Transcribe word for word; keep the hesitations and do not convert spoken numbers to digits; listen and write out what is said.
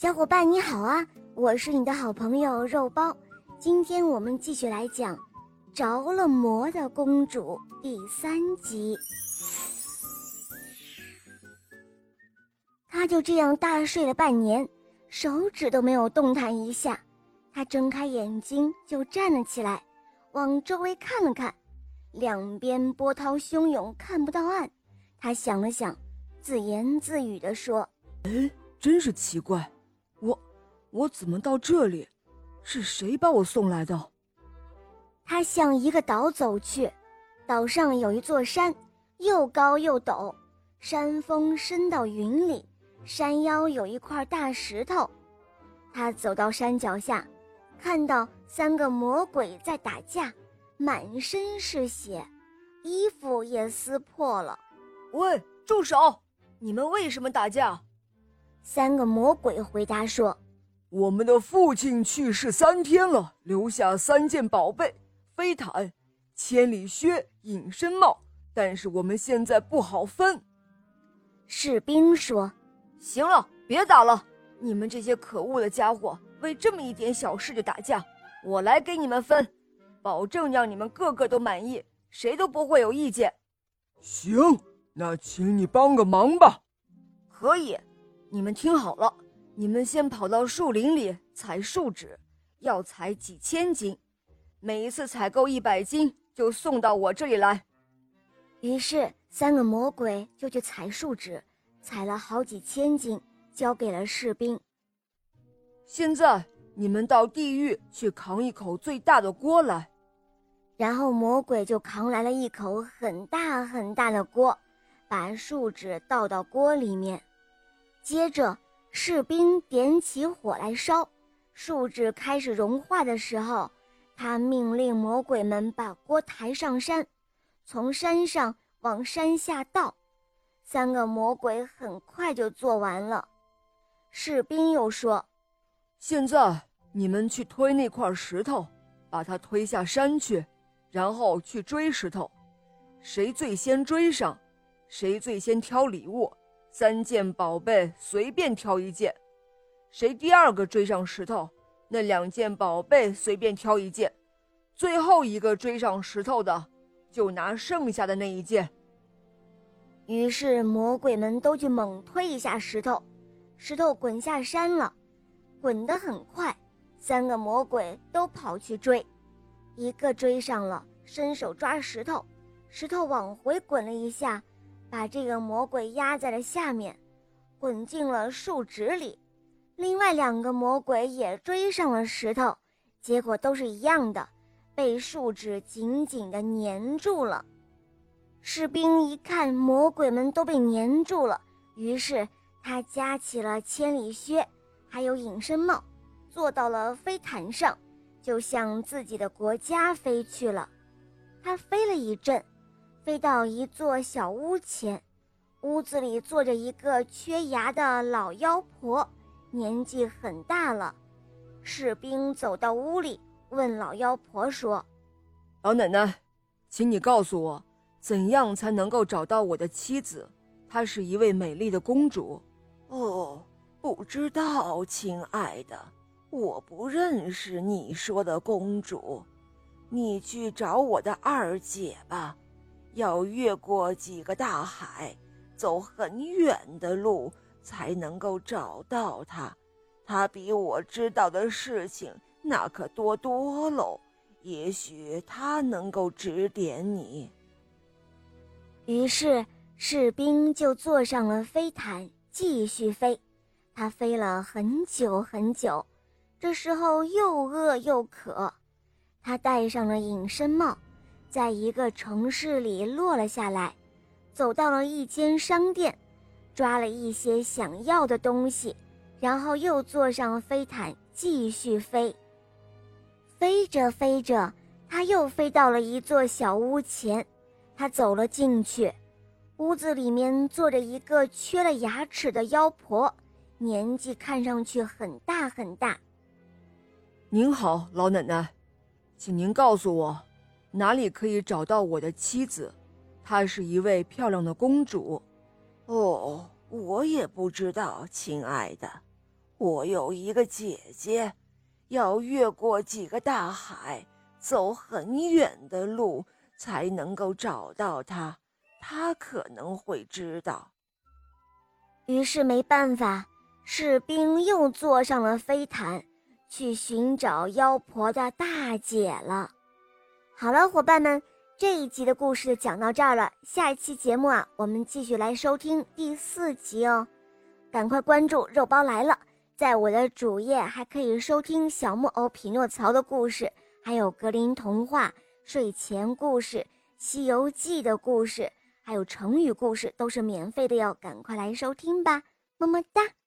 小伙伴你好啊，我是你的好朋友肉包。今天我们继续来讲着了魔的公主第三集。她就这样大睡了半年，手指都没有动弹一下。她睁开眼睛就站了起来，往周围看了看，两边波涛汹涌，看不到岸。她想了想，自言自语地说： 哎，真是奇怪，我我怎么到这里？是谁把我送来的？ 他向一个岛走去，岛上有一座山，又高又陡，山峰伸到云里，山腰有一块大石头。他走到山脚下，看到三个魔鬼在打架，满身是血，衣服也撕破了。 喂，住手！你们为什么打架？ 三个魔鬼回答说： 我们的父亲去世三天了，留下三件宝贝，飞毯、千里靴、隐身帽，但是我们现在不好分。 士兵说： 行了，别打了，你们这些可恶的家伙，为这么一点小事就打架，我来给你们分，保证让你们个个都满意，谁都不会有意见。行，那请你帮个忙吧。可以，你们听好了，你们先跑到树林里采树脂，要采几千斤，每一次采购一百斤就送到我这里来。 于是三个魔鬼就去采树脂，采了好几千斤，交给了士兵。 现在你们到地狱去扛一口最大的锅来。 然后魔鬼就扛来了一口很大很大的锅，把树脂倒到锅里面。接着士兵点起火来烧，树脂开始融化的时候，他命令魔鬼们把锅抬上山，从山上往山下倒。三个魔鬼很快就做完了。士兵又说： 现在你们去推那块石头，把它推下山去，然后去追石头，谁最先追上，谁最先挑礼物，三件宝贝随便挑一件，谁第二个追上石头，那两件宝贝随便挑一件，最后一个追上石头的就拿剩下的那一件。 于是魔鬼们都去猛推一下石头，石头滚下山了，滚得很快，三个魔鬼都跑去追。一个追上了，伸手抓石头，石头往回滚了一下，把这个魔鬼压在了下面，滚进了树脂里。另外两个魔鬼也追上了石头，结果都是一样的，被树脂紧紧地粘住了。士兵一看魔鬼们都被粘住了，于是他夹起了千里靴还有隐身帽，坐到了飞毯上，就向自己的国家飞去了。他飞了一阵，飞到一座小屋前，屋子里坐着一个缺牙的老妖婆，年纪很大了。士兵走到屋里，问老妖婆说： 老奶奶，请你告诉我，怎样才能够找到我的妻子？她是一位美丽的公主。 哦，不知道，亲爱的，我不认识你说的公主。你去找我的二姐吧，要越过几个大海，走很远的路才能够找到她。她比我知道的事情那可多多喽，也许她能够指点你。 于是士兵就坐上了飞毯，继续飞。他飞了很久很久，这时候又饿又渴，他戴上了隐身帽，在一个城市里落了下来，走到了一间商店，抓了一些想要的东西，然后又坐上飞毯继续飞。飞着飞着，他又飞到了一座小屋前，他走了进去，屋子里面坐着一个缺了牙齿的妖婆，年纪看上去很大很大。 您好，老奶奶，请您告诉我，哪里可以找到我的妻子？她是一位漂亮的公主。 哦，我也不知道，亲爱的， 我有一个姐姐，要越过几个大海，走很远的路才能够找到她，她可能会知道。” 于是没办法，士兵又坐上了飞毯，去寻找妖婆的大姐了。好了，伙伴们，这一集的故事就讲到这儿了。下一期节目啊，我们继续来收听第四集哦。赶快关注肉包来了，在我的主页还可以收听小木偶匹诺曹的故事，还有格林童话、睡前故事、西游记的故事，还有成语故事，都是免费的哟，赶快来收听吧，么么哒。